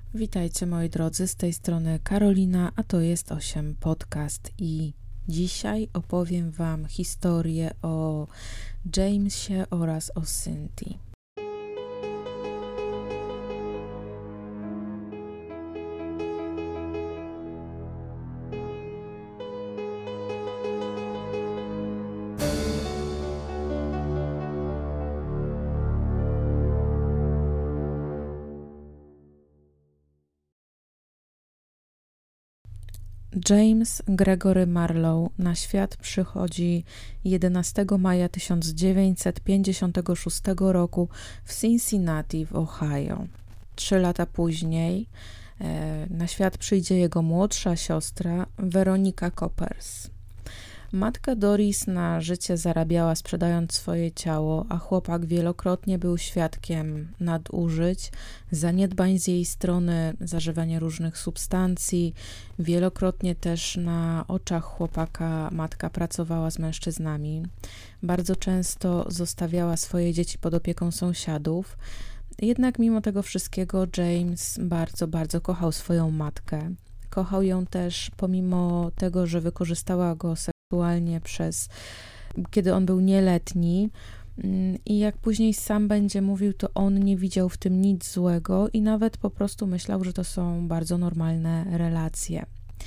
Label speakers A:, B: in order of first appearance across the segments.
A: Witajcie moi drodzy, z tej strony Karolina, a to jest 8 Podcast i dzisiaj opowiem Wam historię o Jamesie oraz o Cynthii. James Gregory Marlowe na świat przychodzi 11 maja 1956 roku w Cincinnati w Ohio. 3 lata później na świat przyjdzie jego młodsza siostra Veronica Coppers. Matka Doris na życie zarabiała sprzedając swoje ciało, a chłopak wielokrotnie był świadkiem nadużyć, zaniedbań z jej strony, zażywania różnych substancji. Wielokrotnie też na oczach chłopaka matka pracowała z mężczyznami. Bardzo często zostawiała swoje dzieci pod opieką sąsiadów. Jednak mimo tego wszystkiego James bardzo kochał swoją matkę. Kochał ją też pomimo tego, że wykorzystała go seksualnie kiedy on był nieletni i jak później sam będzie mówił, to on nie widział w tym nic złego i nawet po prostu myślał, że to są bardzo normalne relacje.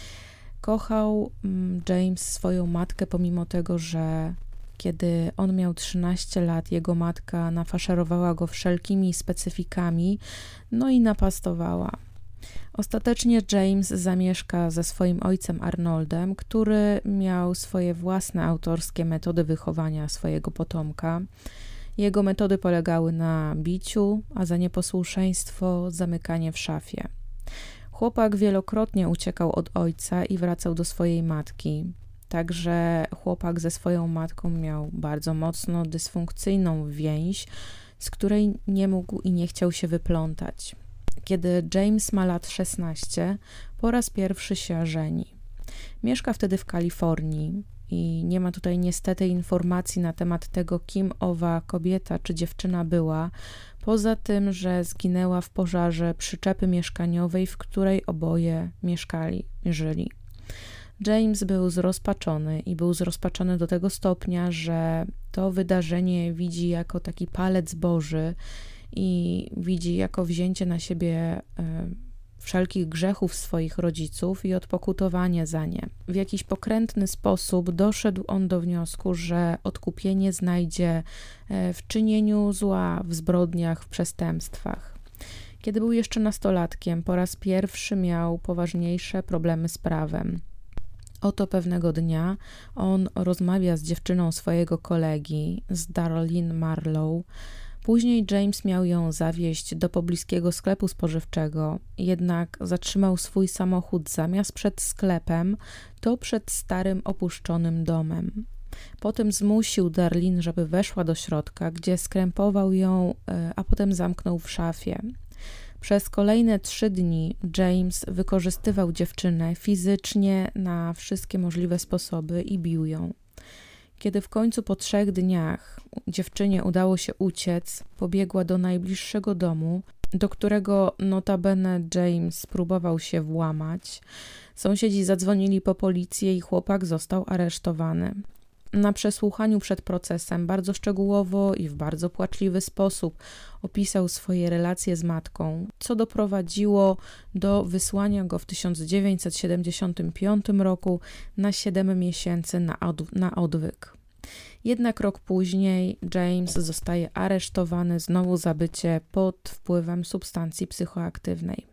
A: Kochał James swoją matkę pomimo tego, że kiedy on miał 13 lat, jego matka nafaszerowała go wszelkimi specyfikami, no i napastowała. Ostatecznie James zamieszka ze swoim ojcem Arnoldem, który miał swoje własne autorskie metody wychowania swojego potomka. Jego metody polegały na biciu, a za nieposłuszeństwo zamykanie w szafie. Chłopak wielokrotnie uciekał od ojca i wracał do swojej matki. Także chłopak ze swoją matką miał bardzo mocno dysfunkcyjną więź, z której nie mógł i nie chciał się wyplątać. Kiedy James ma lat 16, po raz pierwszy się żeni. Mieszka wtedy w Kalifornii i nie ma tutaj niestety informacji na temat tego, kim owa kobieta czy dziewczyna była, poza tym, że zginęła w pożarze przyczepy mieszkaniowej, w której oboje żyli. James był zrozpaczony i był zrozpaczony do tego stopnia, że to wydarzenie widzi jako taki palec Boży i widzi jako wzięcie na siebie wszelkich grzechów swoich rodziców i odpokutowanie za nie. W jakiś pokrętny sposób doszedł on do wniosku, że odkupienie znajdzie w czynieniu zła, w zbrodniach, w przestępstwach. Kiedy był jeszcze nastolatkiem, po raz pierwszy miał poważniejsze problemy z prawem. Oto pewnego dnia on rozmawia z dziewczyną swojego kolegi, z Darlene Marlowe. Później James miał ją zawieźć do pobliskiego sklepu spożywczego, jednak zatrzymał swój samochód zamiast przed sklepem, to przed starym opuszczonym domem. Potem zmusił Darlene, żeby weszła do środka, gdzie skrępował ją, a potem zamknął w szafie. Przez kolejne 3 dni James wykorzystywał dziewczynę fizycznie na wszystkie możliwe sposoby i bił ją. Kiedy w końcu po 3 dniach dziewczynie udało się uciec, pobiegła do najbliższego domu, do którego notabene James próbował się włamać. Sąsiedzi zadzwonili po policję i chłopak został aresztowany. Na przesłuchaniu przed procesem bardzo szczegółowo i w bardzo płaczliwy sposób opisał swoje relacje z matką, co doprowadziło do wysłania go w 1975 roku na 7 miesięcy na odwyk. Jednak rok później James zostaje aresztowany znowu za bycie pod wpływem substancji psychoaktywnej.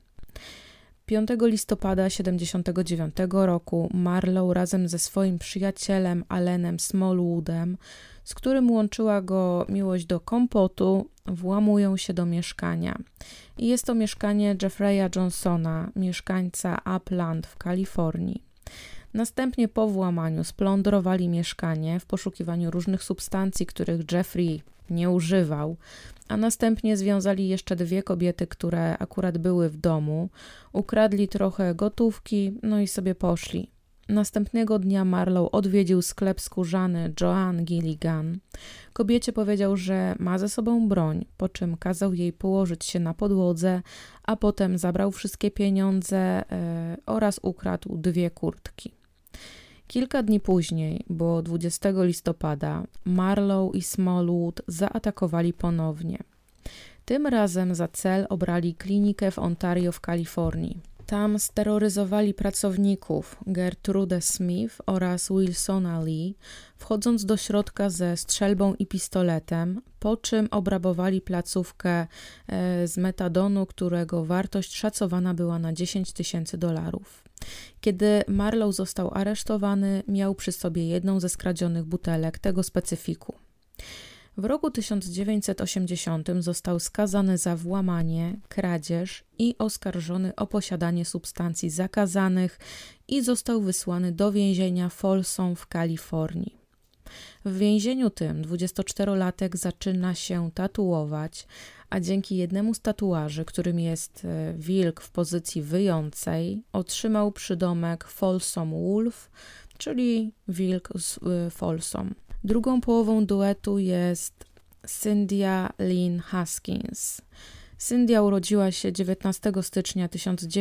A: 5 listopada 1979 roku Marlowe razem ze swoim przyjacielem Allenem Smallwoodem, z którym łączyła go miłość do kompotu, włamują się do mieszkania. I jest to mieszkanie Jeffrey'a Johnsona, mieszkańca Upland w Kalifornii. Następnie po włamaniu splądrowali mieszkanie w poszukiwaniu różnych substancji, których Jeffrey nie używał, a następnie związali jeszcze 2 kobiety, które akurat były w domu, ukradli trochę gotówki, no i sobie poszli. Następnego dnia Marlowe odwiedził sklep skórzany Joanne Gilligan. Kobiecie powiedział, że ma ze sobą broń, po czym kazał jej położyć się na podłodze, a potem zabrał wszystkie pieniądze oraz ukradł 2 kurtki. Kilka dni później, bo 20 listopada, Marlowe i Smallwood zaatakowali ponownie. Tym razem za cel obrali klinikę w Ontario w Kalifornii. Tam steroryzowali pracowników Gertrude Smith oraz Wilsona Lee, wchodząc do środka ze strzelbą i pistoletem, po czym obrabowali placówkę z metadonu, którego wartość szacowana była na $10,000. Kiedy Marlowe został aresztowany, miał przy sobie jedną ze skradzionych butelek tego specyfiku. W roku 1980 został skazany za włamanie, kradzież i oskarżony o posiadanie substancji zakazanych i został wysłany do więzienia Folsom w Kalifornii. W więzieniu tym 24-latek zaczyna się tatuować, a dzięki jednemu z tatuaży, którym jest wilk w pozycji wyjącej, otrzymał przydomek Folsom Wolf, czyli wilk z Folsom. Drugą połową duetu jest Cynthia Lynn Haskins. Cynthia urodziła się 19 stycznia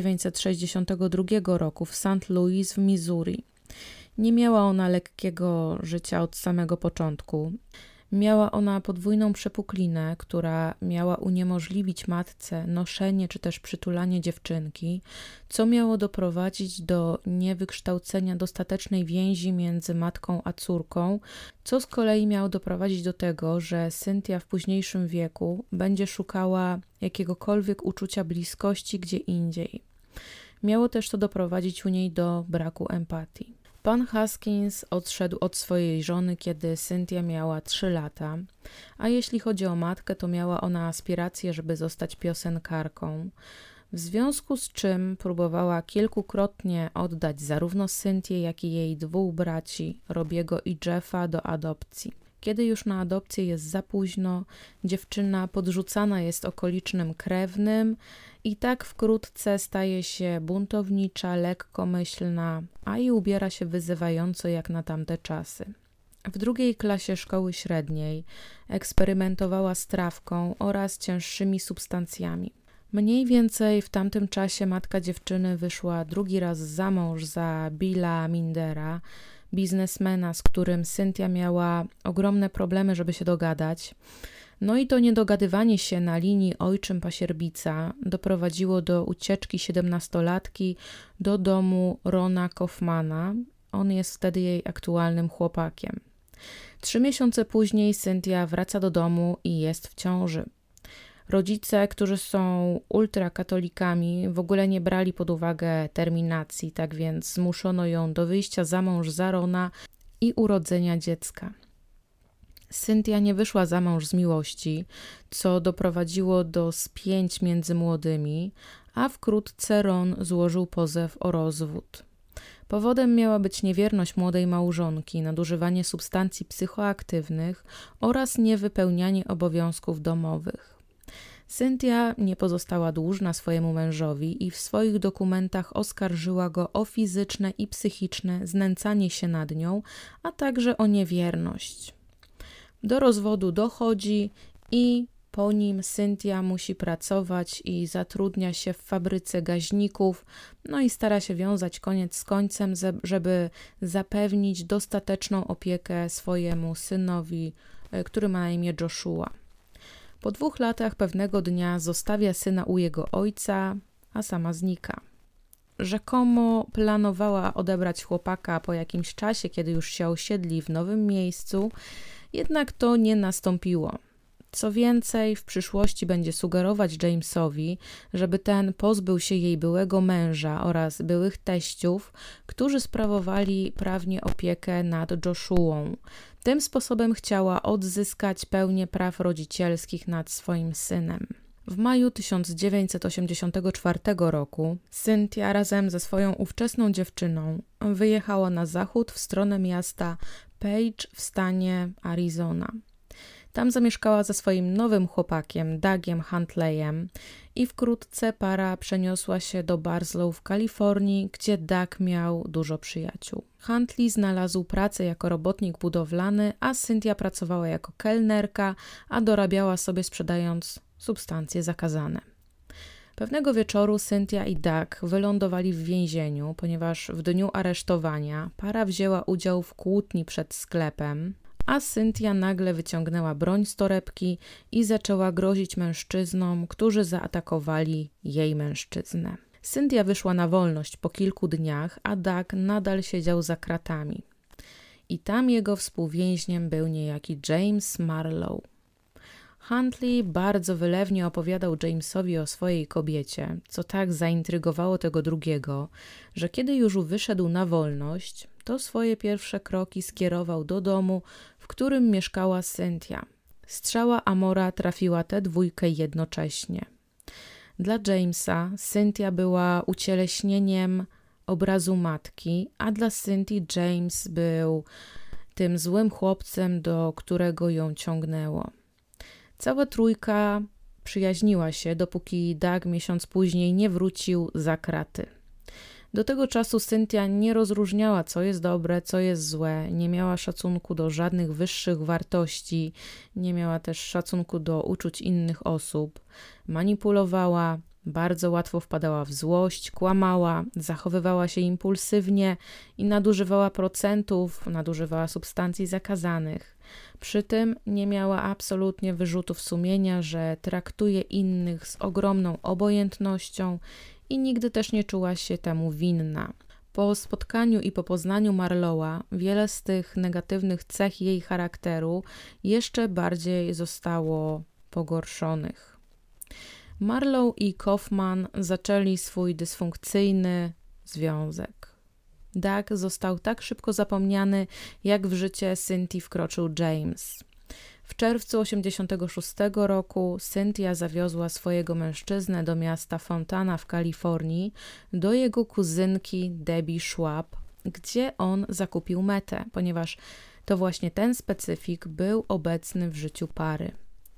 A: 1962 roku w St. Louis w Missouri. Nie miała ona lekkiego życia od samego początku. Miała ona podwójną przepuklinę, która miała uniemożliwić matce noszenie czy też przytulanie dziewczynki, co miało doprowadzić do niewykształcenia dostatecznej więzi między matką a córką, co z kolei miało doprowadzić do tego, że Cynthia w późniejszym wieku będzie szukała jakiegokolwiek uczucia bliskości gdzie indziej. Miało też to doprowadzić u niej do braku empatii. Pan Haskins odszedł od swojej żony, kiedy Cynthia miała 3 lata, a jeśli chodzi o matkę, to miała ona aspiracje, żeby zostać piosenkarką, w związku z czym próbowała kilkukrotnie oddać zarówno Cynthię, jak i jej 2 braci, Robiego i Jeffa, do adopcji. Kiedy już na adopcję jest za późno, dziewczyna podrzucana jest okolicznym krewnym i tak wkrótce staje się buntownicza, lekkomyślna, a i ubiera się wyzywająco jak na tamte czasy. W 2. klasie szkoły średniej eksperymentowała z trawką oraz cięższymi substancjami. Mniej więcej w tamtym czasie matka dziewczyny wyszła 2. raz za mąż za Billa Mindera, biznesmena, z którym Cynthia miała ogromne problemy, żeby się dogadać. No i to niedogadywanie się na linii ojczym-pasierbica doprowadziło do ucieczki 17-latki do domu Rona Kaufmana. On jest wtedy jej aktualnym chłopakiem. 3 miesiące później Cynthia wraca do domu i jest w ciąży. Rodzice, którzy są ultrakatolikami, w ogóle nie brali pod uwagę terminacji, tak więc zmuszono ją do wyjścia za mąż za Rona i urodzenia dziecka. Cynthia nie wyszła za mąż z miłości, co doprowadziło do spięć między młodymi, a wkrótce Ron złożył pozew o rozwód. Powodem miała być niewierność młodej małżonki, nadużywanie substancji psychoaktywnych oraz niewypełnianie obowiązków domowych. Cynthia nie pozostała dłużna swojemu mężowi i w swoich dokumentach oskarżyła go o fizyczne i psychiczne znęcanie się nad nią, a także o niewierność. Do rozwodu dochodzi i po nim Cynthia musi pracować i zatrudnia się w fabryce gaźników, no i stara się wiązać koniec z końcem, żeby zapewnić dostateczną opiekę swojemu synowi, który ma na imię Joshua. Po 2 latach pewnego dnia zostawia syna u jego ojca, a sama znika. Rzekomo planowała odebrać chłopaka po jakimś czasie, kiedy już się osiedli w nowym miejscu, jednak to nie nastąpiło. Co więcej, w przyszłości będzie sugerować Jamesowi, żeby ten pozbył się jej byłego męża oraz byłych teściów, którzy sprawowali prawnie opiekę nad Joshuą. Tym sposobem chciała odzyskać pełnię praw rodzicielskich nad swoim synem. W maju 1984 roku Cynthia razem ze swoją ówczesną dziewczyną wyjechała na zachód w stronę miasta Page w stanie Arizona. Tam zamieszkała ze swoim nowym chłopakiem, Dougiem Huntleyem, i wkrótce para przeniosła się do Barslow w Kalifornii, gdzie Doug miał dużo przyjaciół. Huntley znalazł pracę jako robotnik budowlany, a Cynthia pracowała jako kelnerka, a dorabiała sobie sprzedając substancje zakazane. Pewnego wieczoru Cynthia i Doug wylądowali w więzieniu, ponieważ w dniu aresztowania para wzięła udział w kłótni przed sklepem, a Cynthia nagle wyciągnęła broń z torebki i zaczęła grozić mężczyznom, którzy zaatakowali jej mężczyznę. Cynthia wyszła na wolność po kilku dniach, a Doug nadal siedział za kratami. I tam jego współwięźniem był niejaki James Marlowe. Huntley bardzo wylewnie opowiadał Jamesowi o swojej kobiecie, co tak zaintrygowało tego drugiego, że kiedy już wyszedł na wolność, to swoje pierwsze kroki skierował do domu, w którym mieszkała Cynthia. Strzała Amora trafiła tę dwójkę jednocześnie. Dla Jamesa Cynthia była ucieleśnieniem obrazu matki, a dla Cynthii James był tym złym chłopcem, do którego ją ciągnęło. Cała trójka przyjaźniła się, dopóki Doug miesiąc później nie wrócił za kraty. Do tego czasu Cynthia nie rozróżniała, co jest dobre, co jest złe, nie miała szacunku do żadnych wyższych wartości, nie miała też szacunku do uczuć innych osób, manipulowała, bardzo łatwo wpadała w złość, kłamała, zachowywała się impulsywnie i nadużywała procentów, nadużywała substancji zakazanych. Przy tym nie miała absolutnie wyrzutów sumienia, że traktuje innych z ogromną obojętnością i nigdy też nie czuła się temu winna. Po spotkaniu i po poznaniu Marlowa wiele z tych negatywnych cech jej charakteru jeszcze bardziej zostało pogorszonych. Marlowe i Kaufman zaczęli swój dysfunkcyjny związek. Doug został tak szybko zapomniany, jak w życie Cynthii wkroczył James. W czerwcu 1986 roku Cynthia zawiozła swojego mężczyznę do miasta Fontana w Kalifornii, do jego kuzynki Debbie Schwab, gdzie on zakupił metę, ponieważ to właśnie ten specyfik był obecny w życiu pary.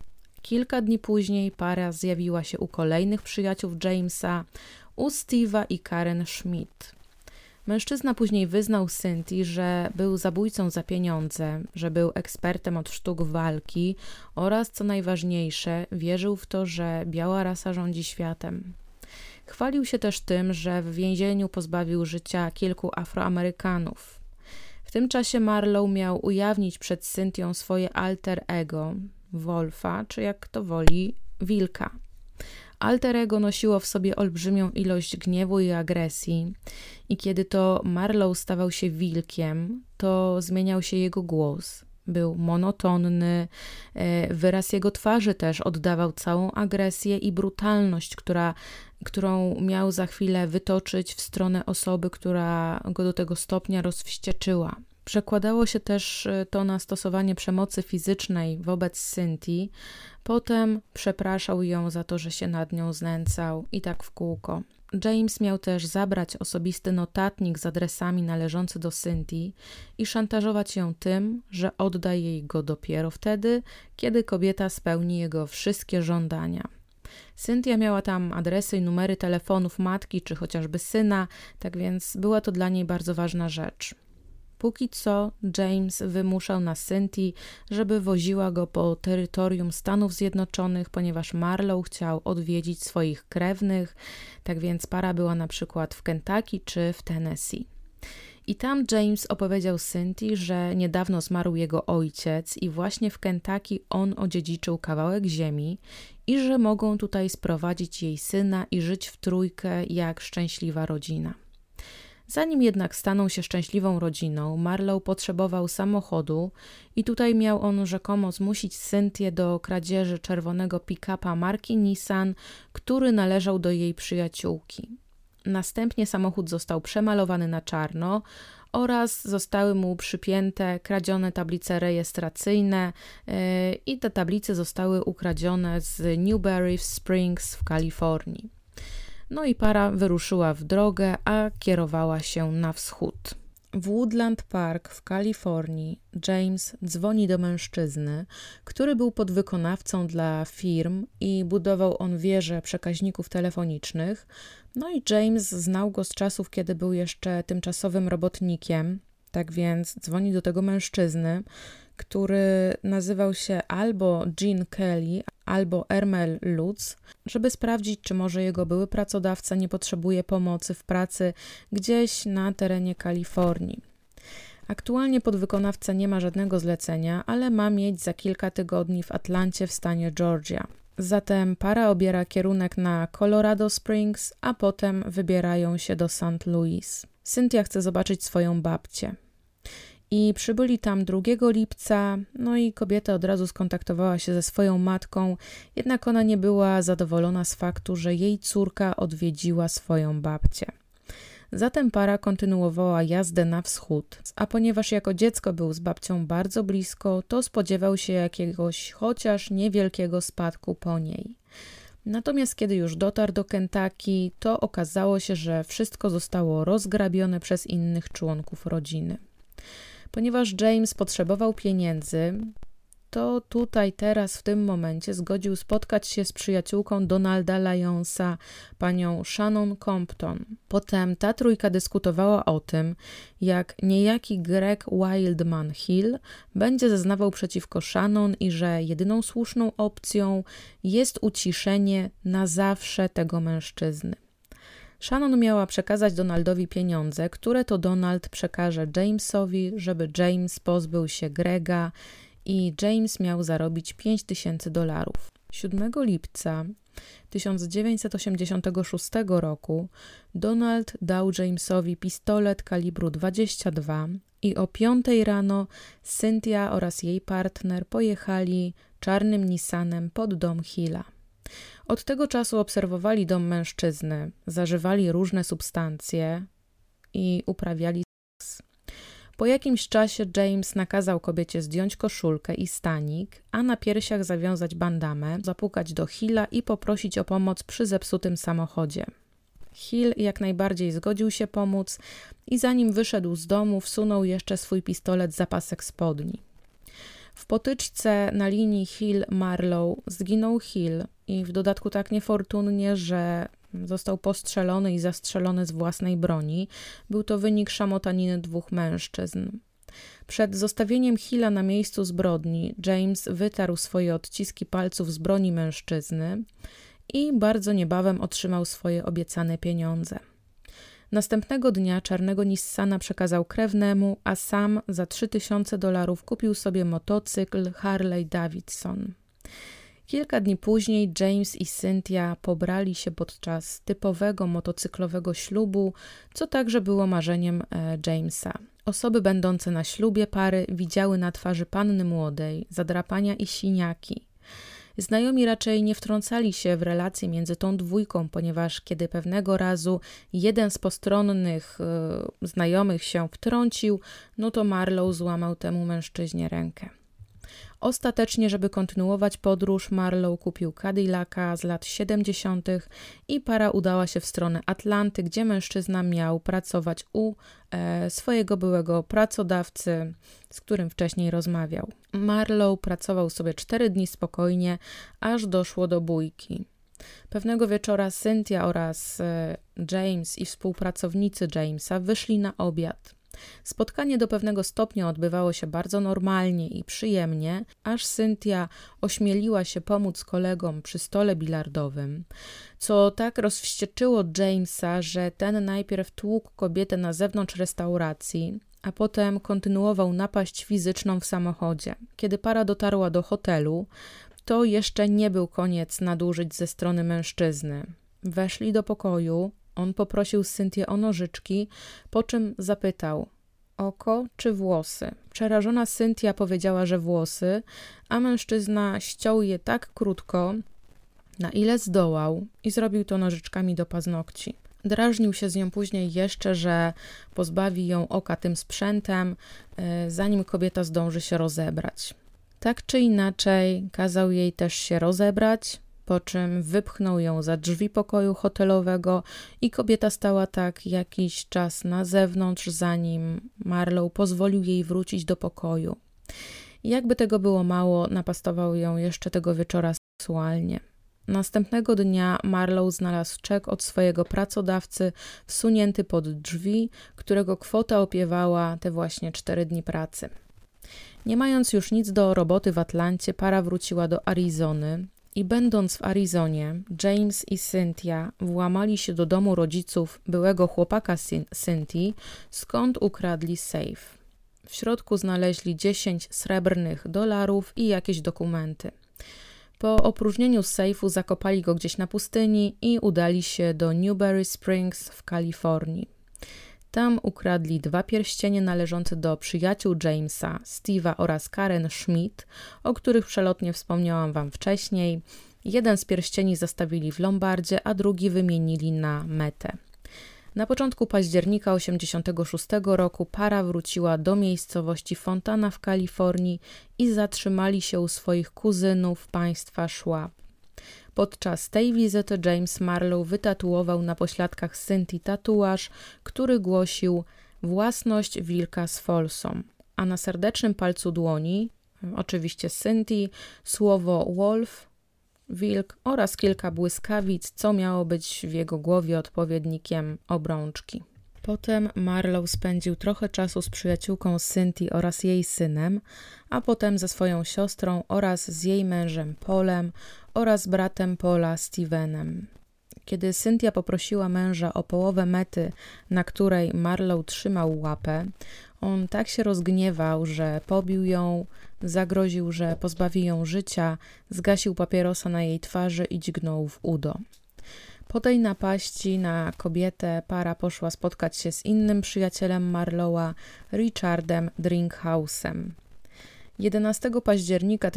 A: Kilka dni później para zjawiła się u kolejnych przyjaciół Jamesa, u Steve'a i Karen Schmidt. Mężczyzna później wyznał Cynthii, że był zabójcą za pieniądze, że był ekspertem od sztuk walki oraz, co najważniejsze, wierzył w to, że biała rasa rządzi światem. Chwalił się też tym, że w więzieniu pozbawił życia kilku Afroamerykanów. W tym czasie Marlowe miał ujawnić przed Cynthią swoje alter ego, Wolfa, czy jak kto woli, wilka. Alter ego nosiło w sobie olbrzymią ilość gniewu i agresji i kiedy to Marlowe stawał się wilkiem, to zmieniał się jego głos. Był monotonny, wyraz jego twarzy też oddawał całą agresję i brutalność, którą miał za chwilę wytoczyć w stronę osoby, która go do tego stopnia rozwścieczyła. Przekładało się też to na stosowanie przemocy fizycznej wobec Cynthii. Potem przepraszał ją za to, że się nad nią znęcał i tak w kółko. James miał też zabrać osobisty notatnik z adresami należący do Cynthii i szantażować ją tym, że odda jej go dopiero wtedy, kiedy kobieta spełni jego wszystkie żądania. Cynthia miała tam adresy i numery telefonów matki czy chociażby syna, tak więc była to dla niej bardzo ważna rzecz. Póki co James wymuszał na Cynthii, żeby woziła go po terytorium Stanów Zjednoczonych, ponieważ Marlowe chciał odwiedzić swoich krewnych, tak więc para była na przykład w Kentucky czy w Tennessee. I tam James opowiedział Cynthii, że niedawno zmarł jego ojciec i właśnie w Kentucky on odziedziczył kawałek ziemi i że mogą tutaj sprowadzić jej syna i żyć w trójkę jak szczęśliwa rodzina. Zanim jednak stanął się szczęśliwą rodziną, Marlowe potrzebował samochodu i tutaj miał on rzekomo zmusić Cynthię do kradzieży czerwonego pick-upa marki Nissan, który należał do jej przyjaciółki. Następnie samochód został przemalowany na czarno oraz zostały mu przypięte kradzione tablice rejestracyjne i te tablice zostały ukradzione z Newberry Springs w Kalifornii. No i para wyruszyła w drogę, a kierowała się na wschód. W Woodland Park w Kalifornii James dzwoni do mężczyzny, który był podwykonawcą dla firm i budował on wieże przekaźników telefonicznych. No i James znał go z czasów, kiedy był jeszcze tymczasowym robotnikiem. Tak więc dzwoni do tego mężczyzny, który nazywał się albo Gene Kelly, albo Ermel Lutz, żeby sprawdzić, czy może jego były pracodawca nie potrzebuje pomocy w pracy gdzieś na terenie Kalifornii. Aktualnie podwykonawca nie ma żadnego zlecenia, ale ma mieć za kilka tygodni w Atlancie w stanie Georgia. Zatem para obiera kierunek na Colorado Springs, a potem wybierają się do St. Louis. Cynthia chce zobaczyć swoją babcię. I przybyli tam 2 lipca, no i kobieta od razu skontaktowała się ze swoją matką, jednak ona nie była zadowolona z faktu, że jej córka odwiedziła swoją babcię. Zatem para kontynuowała jazdę na wschód, a ponieważ jako dziecko był z babcią bardzo blisko, to spodziewał się jakiegoś chociaż niewielkiego spadku po niej. Natomiast kiedy już dotarł do Kentucky, to okazało się, że wszystko zostało rozgrabione przez innych członków rodziny. Ponieważ James potrzebował pieniędzy, to tutaj teraz w tym momencie zgodził spotkać się z przyjaciółką Donalda Lyonsa, panią Shannon Compton. Potem ta trójka dyskutowała o tym, jak niejaki Greg Wildman Hill będzie zeznawał przeciwko Shannon i że jedyną słuszną opcją jest uciszenie na zawsze tego mężczyzny. Shannon miała przekazać Donaldowi pieniądze, które to Donald przekaże Jamesowi, żeby James pozbył się Grega i James miał zarobić $5000. 7 lipca 1986 roku Donald dał Jamesowi pistolet kalibru 22 i o 5 rano Cynthia oraz jej partner pojechali czarnym Nissanem pod dom Hilla. Od tego czasu obserwowali dom mężczyzny, zażywali różne substancje i uprawiali seks. Po jakimś czasie James nakazał kobiecie zdjąć koszulkę i stanik, a na piersiach zawiązać bandamę, zapukać do Hilla i poprosić o pomoc przy zepsutym samochodzie. Hill jak najbardziej zgodził się pomóc i zanim wyszedł z domu, wsunął jeszcze swój pistolet za pasek spodni. W potyczce na linii Hill-Marlow zginął Hill i w dodatku tak niefortunnie, że został postrzelony i zastrzelony z własnej broni. Był to wynik szamotaniny 2 mężczyzn. Przed zostawieniem Hilla na miejscu zbrodni James wytarł swoje odciski palców z broni mężczyzny i bardzo niebawem otrzymał swoje obiecane pieniądze. Następnego dnia czarnego Nissana przekazał krewnemu, a sam za $3000 kupił sobie motocykl Harley Davidson. Kilka dni później James i Cynthia pobrali się podczas typowego motocyklowego ślubu, co także było marzeniem Jamesa. Osoby będące na ślubie pary widziały na twarzy panny młodej zadrapania i siniaki. Znajomi raczej nie wtrącali się w relacje między tą dwójką, ponieważ kiedy pewnego razu jeden z postronnych znajomych się wtrącił, no to Marlow złamał temu mężczyźnie rękę. Ostatecznie, żeby kontynuować podróż, Marlow kupił Cadillaca z lat 70. i para udała się w stronę Atlanty, gdzie mężczyzna miał pracować u swojego byłego pracodawcy, z którym wcześniej rozmawiał. Marlow pracował sobie 4 dni spokojnie, aż doszło do bójki. Pewnego wieczora Cynthia oraz James i współpracownicy Jamesa wyszli na obiad. Spotkanie do pewnego stopnia odbywało się bardzo normalnie i przyjemnie, aż Cynthia ośmieliła się pomóc kolegom przy stole bilardowym, co tak rozwścieczyło Jamesa, że ten najpierw tłukł kobietę na zewnątrz restauracji, a potem kontynuował napaść fizyczną w samochodzie. Kiedy para dotarła do hotelu, to jeszcze nie był koniec nadużyć ze strony mężczyzny. Weszli do pokoju, on poprosił Cynthię o nożyczki, po czym zapytał: oko czy włosy? Przerażona Cynthia powiedziała, że włosy, a mężczyzna ściął je tak krótko, na ile zdołał i zrobił to nożyczkami do paznokci. Drażnił się z nią później jeszcze, że pozbawi ją oka tym sprzętem, zanim kobieta zdąży się rozebrać. Tak czy inaczej, kazał jej też się rozebrać, po czym wypchnął ją za drzwi pokoju hotelowego i kobieta stała tak jakiś czas na zewnątrz, zanim Marlowe pozwolił jej wrócić do pokoju. Jakby tego było mało, napastował ją jeszcze tego wieczora seksualnie. Następnego dnia Marlowe znalazł czek od swojego pracodawcy wsunięty pod drzwi, którego kwota opiewała te właśnie 4 dni pracy. Nie mając już nic do roboty w Atlancie, para wróciła do Arizony i będąc w Arizonie, James i Cynthia włamali się do domu rodziców byłego chłopaka Cynthii, skąd ukradli sejf. W środku znaleźli 10 srebrnych dolarów i jakieś dokumenty. Po opróżnieniu sejfu zakopali go gdzieś na pustyni i udali się do Newberry Springs w Kalifornii. Tam ukradli 2 pierścienie należące do przyjaciół Jamesa, Steve'a oraz Karen Schmidt, o których przelotnie wspomniałam wam wcześniej. Jeden z pierścieni zostawili w Lombardzie, a drugi wymienili na metę. Na początku października 1986 roku para wróciła do miejscowości Fontana w Kalifornii i zatrzymali się u swoich kuzynów państwa Schwab. Podczas tej wizyty James Marlowe wytatuował na pośladkach Cynthii tatuaż, który głosił własność wilka z Folsom, a na serdecznym palcu dłoni, oczywiście Cynthii, słowo wolf, wilk oraz kilka błyskawic, co miało być w jego głowie odpowiednikiem obrączki. Potem Marlowe spędził trochę czasu z przyjaciółką Cynthii oraz jej synem, a potem ze swoją siostrą oraz z jej mężem Paulem oraz bratem Paula Stevenem. Kiedy Cynthia poprosiła męża o połowę mety, na której Marlowe trzymał łapę, on tak się rozgniewał, że pobił ją, zagroził, że pozbawi ją życia, zgasił papierosa na jej twarzy i dźgnął w udo. Po tej napaści na kobietę para poszła spotkać się z innym przyjacielem Marlowa, Richardem Drinkhouse'em. 11 października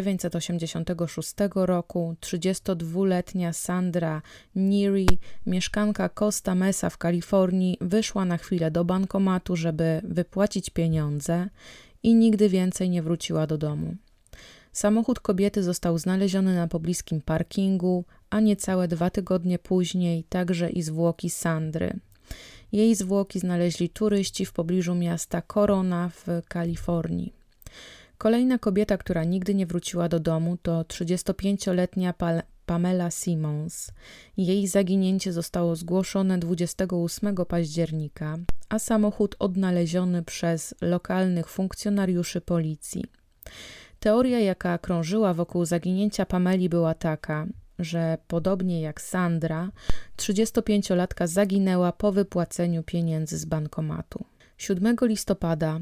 A: 1986 roku 32-letnia Sandra Neary, mieszkanka Costa Mesa w Kalifornii, wyszła na chwilę do bankomatu, żeby wypłacić pieniądze i nigdy więcej nie wróciła do domu. Samochód kobiety został znaleziony na pobliskim parkingu, a niecałe 2 tygodnie później także i zwłoki Sandry. Jej zwłoki znaleźli turyści w pobliżu miasta Corona w Kalifornii. Kolejna kobieta, która nigdy nie wróciła do domu, to 35-letnia Pamela Simmons. Jej zaginięcie zostało zgłoszone 28 października, a samochód odnaleziony przez lokalnych funkcjonariuszy policji. Teoria, jaka krążyła wokół zaginięcia Pameli, była taka, że podobnie jak Sandra, 35-latka zaginęła po wypłaceniu pieniędzy z bankomatu. 7 listopada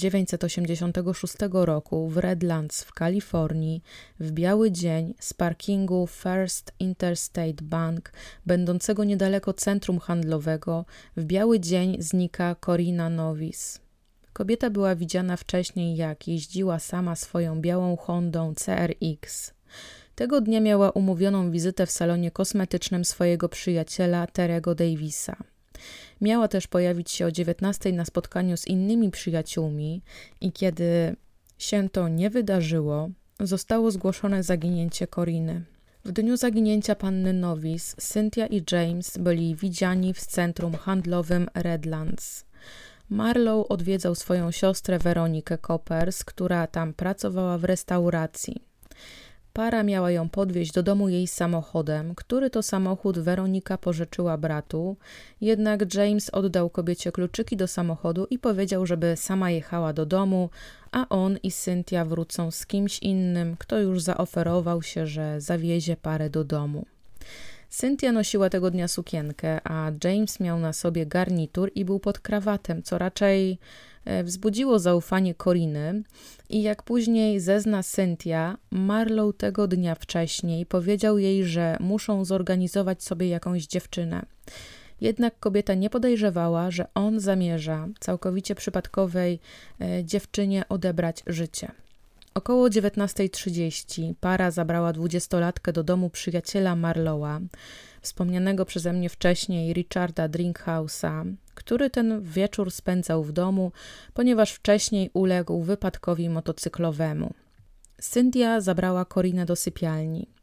A: 1986 roku w Redlands w Kalifornii w biały dzień z parkingu First Interstate Bank, będącego niedaleko centrum handlowego, w biały dzień znika Corina Novis. Kobieta była widziana wcześniej, jak jeździła sama swoją białą Hondą CRX. Tego dnia miała umówioną wizytę w salonie kosmetycznym swojego przyjaciela Terego Davisa. Miała też pojawić się o 19 na spotkaniu z innymi przyjaciółmi i kiedy się to nie wydarzyło, zostało zgłoszone zaginięcie Coriny. W dniu zaginięcia panny Novis, Cynthia i James byli widziani w centrum handlowym Redlands. Marlowe odwiedzał swoją siostrę Weronikę Coppers, która tam pracowała w restauracji. Para miała ją podwieźć do domu jej samochodem, który to samochód Weronika pożyczyła bratu, jednak James oddał kobiecie kluczyki do samochodu i powiedział, żeby sama jechała do domu, a on i Cynthia wrócą z kimś innym, kto już zaoferował się, że zawiezie parę do domu. Cynthia nosiła tego dnia sukienkę, a James miał na sobie garnitur i był pod krawatem, co raczej wzbudziło zaufanie Coriny i jak później zezna Cynthia, Marlowe tego dnia wcześniej powiedział jej, że muszą zorganizować sobie jakąś dziewczynę. Jednak kobieta nie podejrzewała, że on zamierza całkowicie przypadkowej dziewczynie odebrać życie. Około 19:30 para zabrała 20-latkę do domu przyjaciela Marlowa, wspomnianego przeze mnie wcześniej Richarda Drinkhouse'a, który ten wieczór spędzał w domu, ponieważ wcześniej uległ wypadkowi motocyklowemu. Cynthia zabrała Corinę do sypialni.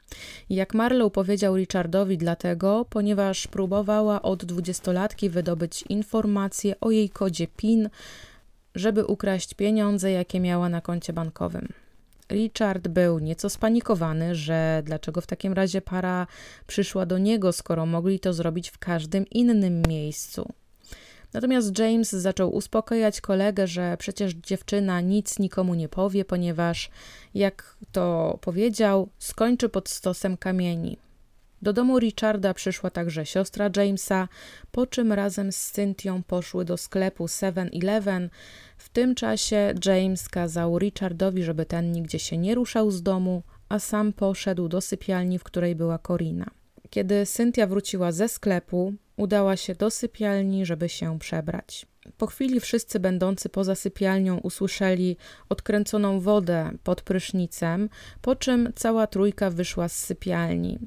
A: Jak Marlowe powiedział Richardowi dlatego, ponieważ próbowała od 20-latki wydobyć informacje o jej kodzie PIN, żeby ukraść pieniądze, jakie miała na koncie bankowym. Richard był nieco spanikowany, że dlaczego w takim razie para przyszła do niego, skoro mogli to zrobić w każdym innym miejscu. Natomiast James zaczął uspokajać kolegę, że przecież dziewczyna nic nikomu nie powie, ponieważ, jak to powiedział, skończy pod stosem kamieni. Do domu Richarda przyszła także siostra Jamesa, po czym razem z Cynthią poszły do sklepu 7-Eleven. W tym czasie James kazał Richardowi, żeby ten nigdzie się nie ruszał z domu, a sam poszedł do sypialni, w której była Corina. Kiedy Cynthia wróciła ze sklepu, udała się do sypialni, żeby się przebrać. Po chwili wszyscy będący poza sypialnią usłyszeli odkręconą wodę pod prysznicem, po czym cała trójka wyszła z sypialni.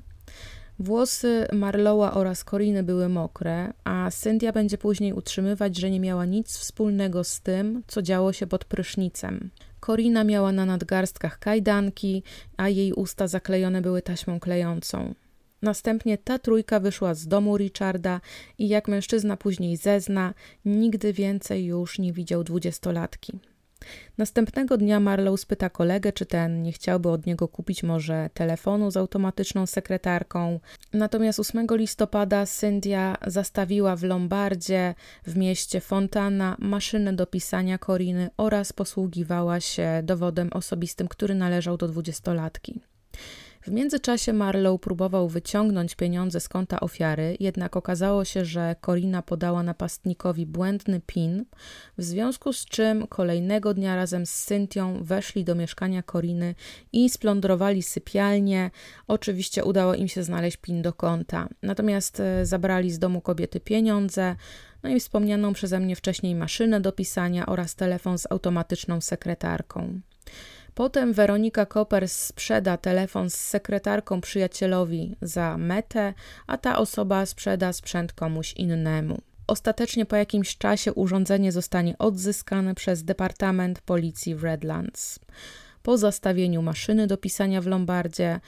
A: Włosy Marlowa oraz Coriny były mokre, a Cynthia będzie później utrzymywać, że nie miała nic wspólnego z tym, co działo się pod prysznicem. Corina miała na nadgarstkach kajdanki, a jej usta zaklejone były taśmą klejącą. Następnie ta trójka wyszła z domu Richarda i jak mężczyzna później zezna, nigdy więcej już nie widział 20-latki. Następnego dnia Marlowe spyta kolegę, czy ten nie chciałby od niego kupić może telefonu z automatyczną sekretarką. Natomiast 8 listopada Cynthia zastawiła w Lombardzie w mieście Fontana maszynę do pisania Coriny oraz posługiwała się dowodem osobistym, który należał do 20-latki. W międzyczasie Marlowe próbował wyciągnąć pieniądze z konta ofiary, jednak okazało się, że Corina podała napastnikowi błędny PIN, w związku z czym kolejnego dnia razem z Cynthią weszli do mieszkania Coriny i splądrowali sypialnię. Oczywiście udało im się znaleźć PIN do konta. Natomiast zabrali z domu kobiety pieniądze, no i wspomnianą przeze mnie wcześniej maszynę do pisania oraz telefon z automatyczną sekretarką. Potem Weronika Coppers sprzeda telefon z sekretarką przyjacielowi za metę, a ta osoba sprzeda sprzęt komuś innemu. Ostatecznie po jakimś czasie urządzenie zostanie odzyskane przez Departament Policji w Redlands. Po zastawieniu maszyny do pisania w Lombardzie,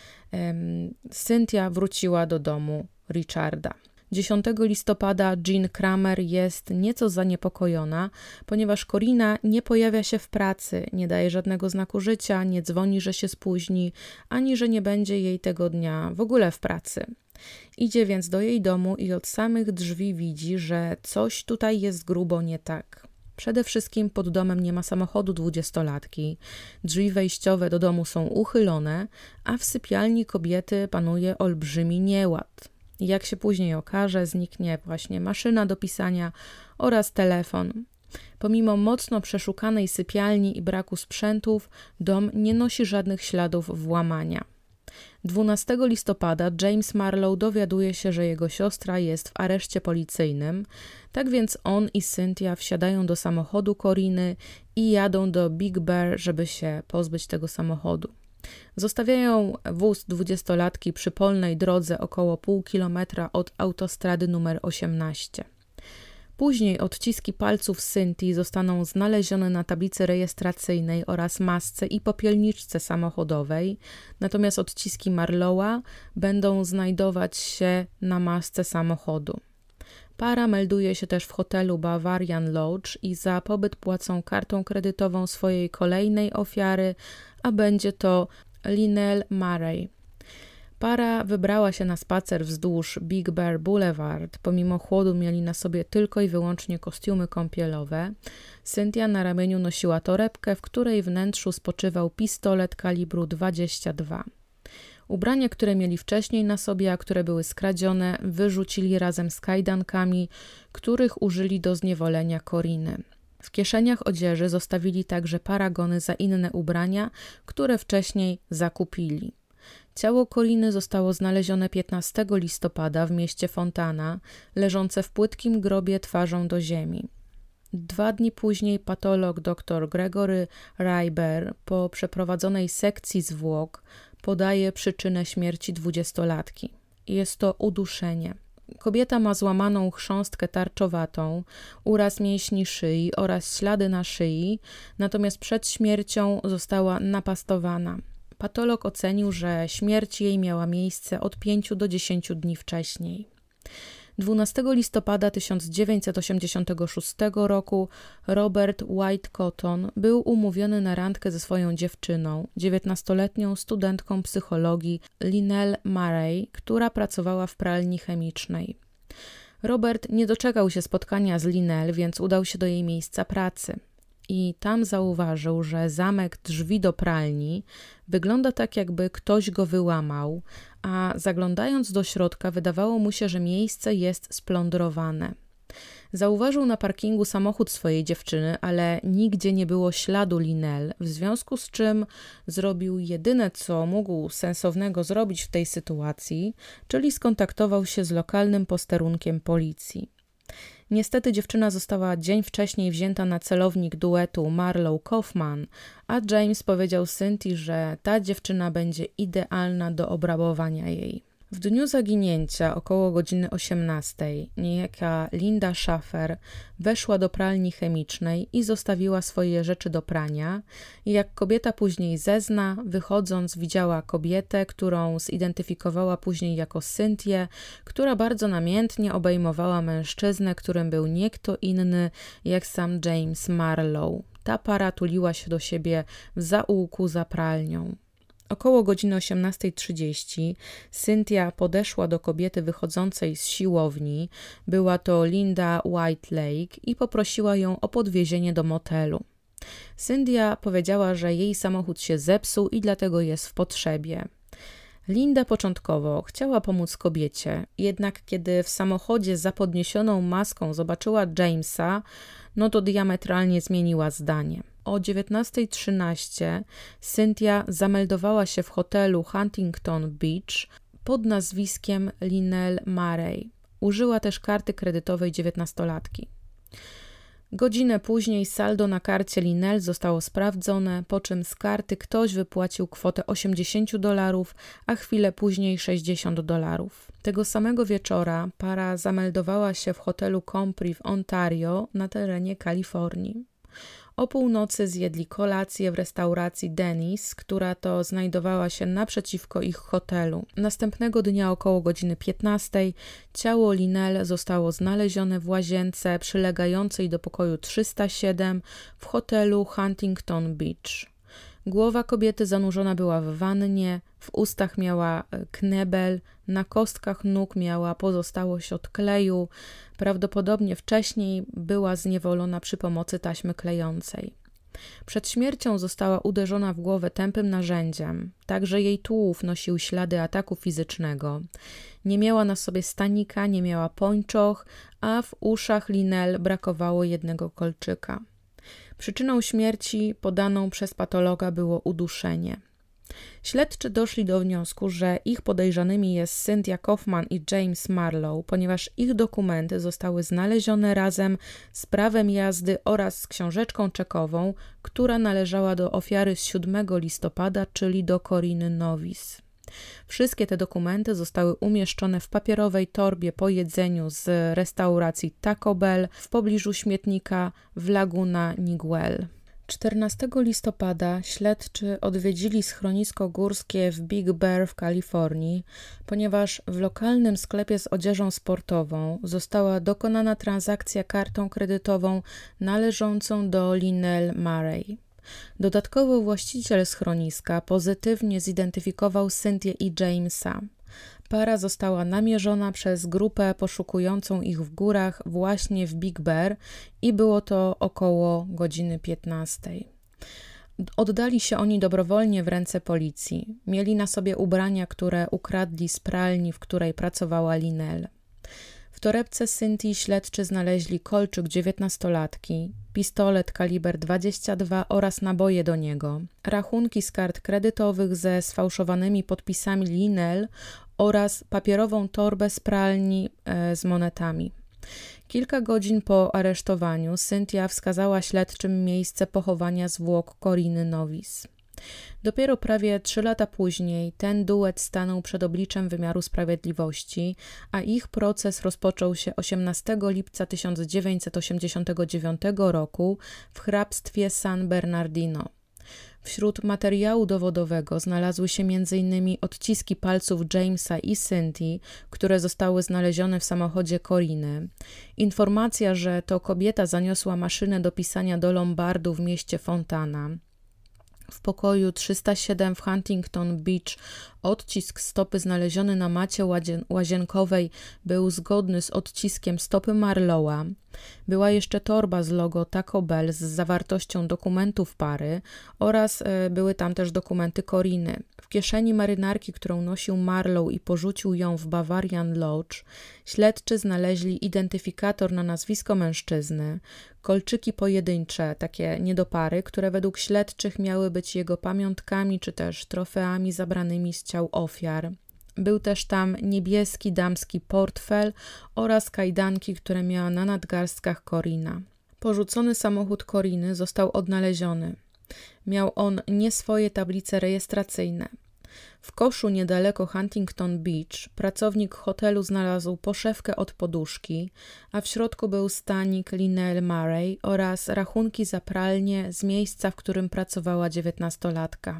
A: Cynthia wróciła do domu Richarda. 10 listopada Jean Kramer jest nieco zaniepokojona, ponieważ Corina nie pojawia się w pracy, nie daje żadnego znaku życia, nie dzwoni, że się spóźni, ani że nie będzie jej tego dnia w ogóle w pracy. Idzie więc do jej domu i od samych drzwi widzi, że coś tutaj jest grubo nie tak. Przede wszystkim pod domem nie ma samochodu 20-latki, drzwi wejściowe do domu są uchylone, a w sypialni kobiety panuje olbrzymi nieład. Jak się później okaże, zniknie właśnie maszyna do pisania oraz telefon. Pomimo mocno przeszukanej sypialni i braku sprzętów, dom nie nosi żadnych śladów włamania. 12 listopada James Marlowe dowiaduje się, że jego siostra jest w areszcie policyjnym, tak więc on i Cynthia wsiadają do samochodu Coriny i jadą do Big Bear, żeby się pozbyć tego samochodu. Zostawiają wóz 20-latki przy polnej drodze około pół kilometra od autostrady numer 18. Później odciski palców Cynthii zostaną znalezione na tablicy rejestracyjnej oraz masce i popielniczce samochodowej, natomiast odciski Marlowa będą znajdować się na masce samochodu. Para melduje się też w hotelu Bavarian Lodge i za pobyt płacą kartą kredytową swojej kolejnej ofiary, a będzie to Lynelle Murray. Para wybrała się na spacer wzdłuż Big Bear Boulevard. Pomimo chłodu mieli na sobie tylko i wyłącznie kostiumy kąpielowe. Cynthia na ramieniu nosiła torebkę, w której wnętrzu spoczywał pistolet kalibru 22. Ubrania, które mieli wcześniej na sobie, a które były skradzione, wyrzucili razem z kajdankami, których użyli do zniewolenia Coriny. W kieszeniach odzieży zostawili także paragony za inne ubrania, które wcześniej zakupili. Ciało Coriny zostało znalezione 15 listopada w mieście Fontana, leżące w płytkim grobie twarzą do ziemi. 2 dni później patolog dr Gregory Ryber po przeprowadzonej sekcji zwłok podaje przyczynę śmierci 20-latki. Jest to uduszenie. Kobieta ma złamaną chrząstkę tarczowatą, uraz mięśni szyi oraz ślady na szyi, natomiast przed śmiercią została napastowana. Patolog ocenił, że śmierć jej miała miejsce od 5 do 10 dni wcześniej. 12 listopada 1986 roku Robert White Cotton był umówiony na randkę ze swoją dziewczyną, 19-letnią studentką psychologii Lynelle Murray, która pracowała w pralni chemicznej. Robert nie doczekał się spotkania z Lynelle, więc udał się do jej miejsca pracy. I tam zauważył, że zamek drzwi do pralni wygląda tak, jakby ktoś go wyłamał, a zaglądając do środka wydawało mu się, że miejsce jest splądrowane. Zauważył na parkingu samochód swojej dziewczyny, ale nigdzie nie było śladu Lynelle, w związku z czym zrobił jedyne, co mógł sensownego zrobić w tej sytuacji, czyli skontaktował się z lokalnym posterunkiem policji. Niestety dziewczyna została dzień wcześniej wzięta na celownik duetu Marlowe-Kaufman, a James powiedział Cynthii, że ta dziewczyna będzie idealna do obrabowania jej. W dniu zaginięcia, około godziny 18, niejaka Linda Schaffer weszła do pralni chemicznej i zostawiła swoje rzeczy do prania. I jak kobieta później zezna, wychodząc widziała kobietę, którą zidentyfikowała później jako Cynthię, która bardzo namiętnie obejmowała mężczyznę, którym był nie kto inny jak sam James Marlowe. Ta para tuliła się do siebie w zaułku za pralnią. Około godziny 18:30 Cynthia podeszła do kobiety wychodzącej z siłowni, była to Linda Whitelake, i poprosiła ją o podwiezienie do motelu. Cynthia powiedziała, że jej samochód się zepsuł i dlatego jest w potrzebie. Linda początkowo chciała pomóc kobiecie, jednak kiedy w samochodzie za podniesioną maską zobaczyła Jamesa, to diametralnie zmieniła zdanie. O 19:13 Cynthia zameldowała się w hotelu Huntington Beach pod nazwiskiem Lynelle Murray. Użyła też karty kredytowej 19-latki. Godzinę później saldo na karcie Lynelle zostało sprawdzone, po czym z karty ktoś wypłacił kwotę $80, a chwilę później $60. Tego samego wieczora para zameldowała się w hotelu Compris w Ontario na terenie Kalifornii. O północy zjedli kolację w restauracji Denny's, która to znajdowała się naprzeciwko ich hotelu. Następnego dnia około godziny 15 ciało Lynelle zostało znalezione w łazience przylegającej do pokoju 307 w hotelu Huntington Beach. Głowa kobiety zanurzona była w wannie, w ustach miała knebel, na kostkach nóg miała pozostałość od kleju, prawdopodobnie wcześniej była zniewolona przy pomocy taśmy klejącej. Przed śmiercią została uderzona w głowę tępym narzędziem, także jej tułów nosił ślady ataku fizycznego. Nie miała na sobie stanika, nie miała pończoch, a w uszach Lynelle brakowało jednego kolczyka. Przyczyną śmierci podaną przez patologa było uduszenie. Śledczy doszli do wniosku, że ich podejrzanymi jest Cynthia Kaufman i James Marlowe, ponieważ ich dokumenty zostały znalezione razem z prawem jazdy oraz z książeczką czekową, która należała do ofiary z 7 listopada, czyli do Corinny Novice. Wszystkie te dokumenty zostały umieszczone w papierowej torbie po jedzeniu z restauracji Taco Bell w pobliżu śmietnika w Laguna Niguel. 14 listopada śledczy odwiedzili schronisko górskie w Big Bear w Kalifornii, ponieważ w lokalnym sklepie z odzieżą sportową została dokonana transakcja kartą kredytową należącą do Lynelle Murray. Dodatkowo właściciel schroniska pozytywnie zidentyfikował Cynthię i Jamesa. Para została namierzona przez grupę poszukującą ich w górach właśnie w Big Bear i było to około godziny 15. Oddali się oni dobrowolnie w ręce policji. Mieli na sobie ubrania, które ukradli z pralni, w której pracowała Lynelle. W torebce Cynthii śledczy znaleźli kolczyk 19-latki, pistolet kaliber 22 oraz naboje do niego, rachunki z kart kredytowych ze sfałszowanymi podpisami Lynelle oraz papierową torbę z pralni z monetami. Kilka godzin po aresztowaniu Cynthia wskazała śledczym miejsce pochowania zwłok Corinny Novice. Dopiero prawie 3 lata później ten duet stanął przed obliczem wymiaru sprawiedliwości, a ich proces rozpoczął się 18 lipca 1989 roku w hrabstwie San Bernardino. Wśród materiału dowodowego znalazły się m.in. odciski palców Jamesa i Cynthii, które zostały znalezione w samochodzie Coriny. Informacja, że to kobieta zaniosła maszynę do pisania do lombardu w mieście Fontana. W pokoju 307 w Huntington Beach odcisk stopy znaleziony na macie łazienkowej był zgodny z odciskiem stopy Marlowa. Była jeszcze torba z logo Taco Bell z zawartością dokumentów pary oraz były tam też dokumenty Coriny. W kieszeni marynarki, którą nosił Marlow i porzucił ją w Bavarian Lodge, śledczy znaleźli identyfikator na nazwisko mężczyzny, kolczyki pojedyncze, takie niedopary, które według śledczych miały być jego pamiątkami czy też trofeami zabranymi z ciał ofiar. Był też tam niebieski damski portfel oraz kajdanki, które miała na nadgarstkach Corina. Porzucony samochód Coriny został odnaleziony. Miał on nie swoje tablice rejestracyjne. W koszu niedaleko Huntington Beach pracownik hotelu znalazł poszewkę od poduszki, a w środku był stanik Lynell Murray oraz rachunki za pralnię z miejsca, w którym pracowała 19-latka.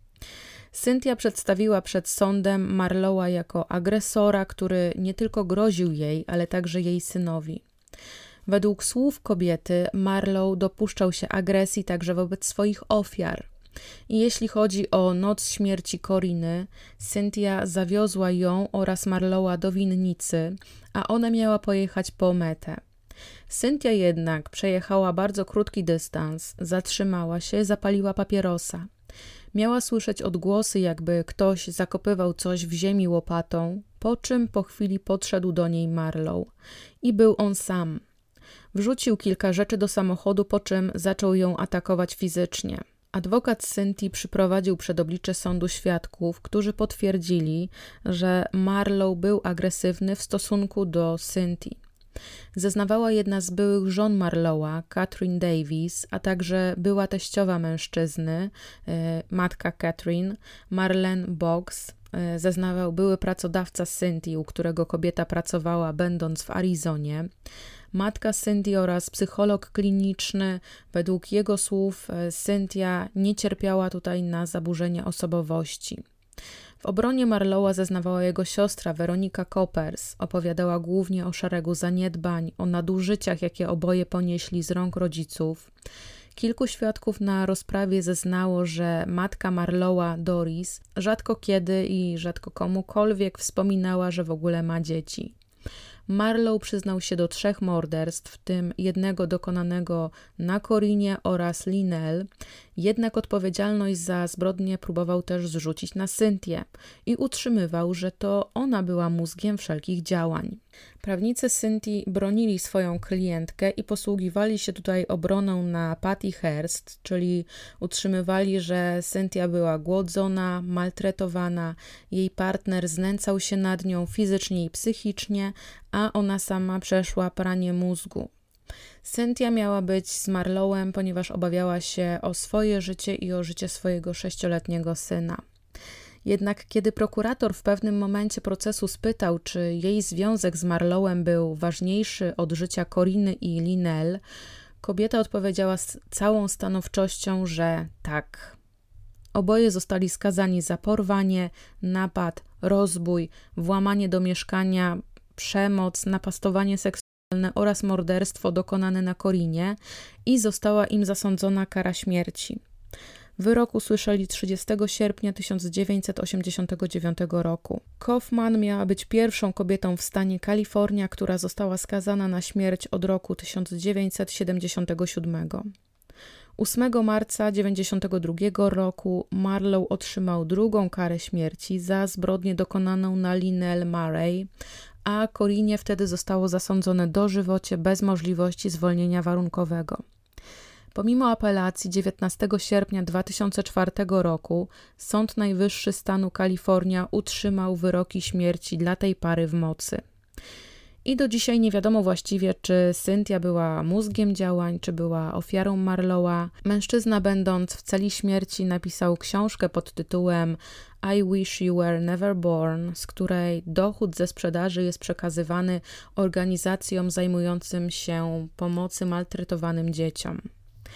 A: Cynthia przedstawiła przed sądem Marlowa jako agresora, który nie tylko groził jej, ale także jej synowi. Według słów kobiety Marlow dopuszczał się agresji także wobec swoich ofiar. I jeśli chodzi o noc śmierci Coriny, Cynthia zawiozła ją oraz Marlowa do winnicy, a ona miała pojechać po metę. Cynthia jednak przejechała bardzo krótki dystans, zatrzymała się, zapaliła papierosa. Miała słyszeć odgłosy, jakby ktoś zakopywał coś w ziemi łopatą, po czym po chwili podszedł do niej Marlow. I był on sam. Wrzucił kilka rzeczy do samochodu, po czym zaczął ją atakować fizycznie. Adwokat Cynthii przyprowadził przed oblicze sądu świadków, którzy potwierdzili, że Marlow był agresywny w stosunku do Cynthii. Zeznawała jedna z byłych żon Marlowa, Catherine Davis, a także była teściowa mężczyzny, matka Catherine, Marlene Boggs. Zeznawał były pracodawca Cynthii, u którego kobieta pracowała, będąc w Arizonie. Matka Cynthii oraz psycholog kliniczny. Według jego słów Cynthia nie cierpiała tutaj na zaburzenia osobowości. W obronie Marlowa zeznawała jego siostra Weronika Coppers. Opowiadała głównie o szeregu zaniedbań, o nadużyciach, jakie oboje ponieśli z rąk rodziców. Kilku świadków na rozprawie zeznało, że matka Marlowa, Doris, rzadko kiedy i rzadko komukolwiek wspominała, że w ogóle ma dzieci. Marlow przyznał się do 3 morderstw, w tym jednego dokonanego na Corinie oraz Lynell, jednak odpowiedzialność za zbrodnię próbował też zrzucić na Cynthię i utrzymywał, że to ona była mózgiem wszelkich działań. Prawnicy Cynthii bronili swoją klientkę i posługiwali się tutaj obroną na Patty Hearst, czyli utrzymywali, że Cynthia była głodzona, maltretowana, jej partner znęcał się nad nią fizycznie i psychicznie, a ona sama przeszła pranie mózgu. Cynthia miała być z Marlowem, ponieważ obawiała się o swoje życie i o życie swojego 6-letniego syna. Jednak kiedy prokurator w pewnym momencie procesu spytał, czy jej związek z Marlowem był ważniejszy od życia Coriny i Lynell, kobieta odpowiedziała z całą stanowczością, że tak. Oboje zostali skazani za porwanie, napad, rozbój, włamanie do mieszkania, przemoc, napastowanie seksualne oraz morderstwo dokonane na Corinie i została im zasądzona kara śmierci. Wyrok usłyszeli 30 sierpnia 1989 roku. Kaufman miała być pierwszą kobietą w stanie Kalifornia, która została skazana na śmierć od roku 1977. 8 marca 1992 roku Marlow otrzymał drugą karę śmierci za zbrodnię dokonaną na Lynell Murray, a Corinie wtedy zostało zasądzone dożywocie bez możliwości zwolnienia warunkowego. Pomimo apelacji 19 sierpnia 2004 roku Sąd Najwyższy stanu Kalifornia utrzymał wyroki śmierci dla tej pary w mocy. I do dzisiaj nie wiadomo właściwie, czy Cynthia była mózgiem działań, czy była ofiarą Marlowa. Mężczyzna, będąc w celi śmierci, napisał książkę pod tytułem I Wish You Were Never Born, z której dochód ze sprzedaży jest przekazywany organizacjom zajmującym się pomocy maltretowanym dzieciom.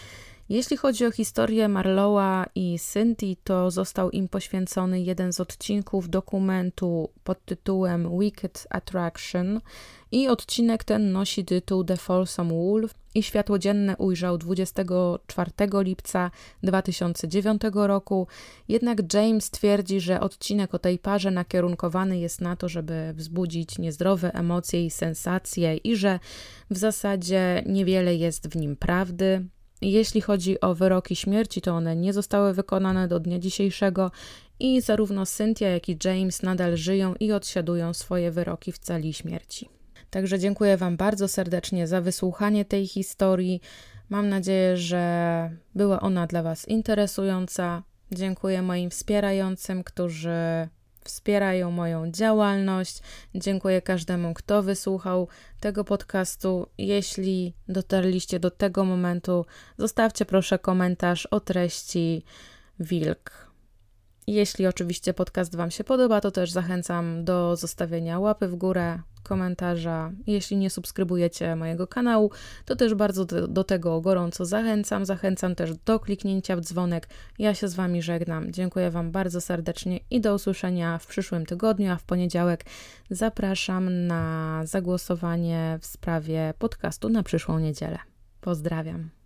A: Jeśli chodzi o historię Marlowa i Cynthii, to został im poświęcony jeden z odcinków dokumentu pod tytułem Wicked Attraction i odcinek ten nosi tytuł The Folsom Wolf i światło dzienne ujrzał 24 lipca 2009 roku. Jednak James twierdzi, że odcinek o tej parze nakierunkowany jest na to, żeby wzbudzić niezdrowe emocje i sensacje i że w zasadzie niewiele jest w nim prawdy. Jeśli chodzi o wyroki śmierci, to one nie zostały wykonane do dnia dzisiejszego i zarówno Cynthia, jak i James nadal żyją i odsiadują swoje wyroki w celi śmierci. Także dziękuję Wam bardzo serdecznie za wysłuchanie tej historii. Mam nadzieję, że była ona dla Was interesująca. Dziękuję moim wspierającym, którzy wspierają moją działalność. Dziękuję każdemu, kto wysłuchał tego podcastu. Jeśli dotarliście do tego momentu, zostawcie proszę komentarz o treści wilk. Jeśli oczywiście podcast Wam się podoba, to też zachęcam do zostawienia łapy w górę, komentarza. Jeśli nie subskrybujecie mojego kanału, to też bardzo do tego gorąco zachęcam. Zachęcam też do kliknięcia w dzwonek. Ja się z Wami żegnam. Dziękuję Wam bardzo serdecznie i do usłyszenia w przyszłym tygodniu, a w poniedziałek zapraszam na zagłosowanie w sprawie podcastu na przyszłą niedzielę. Pozdrawiam.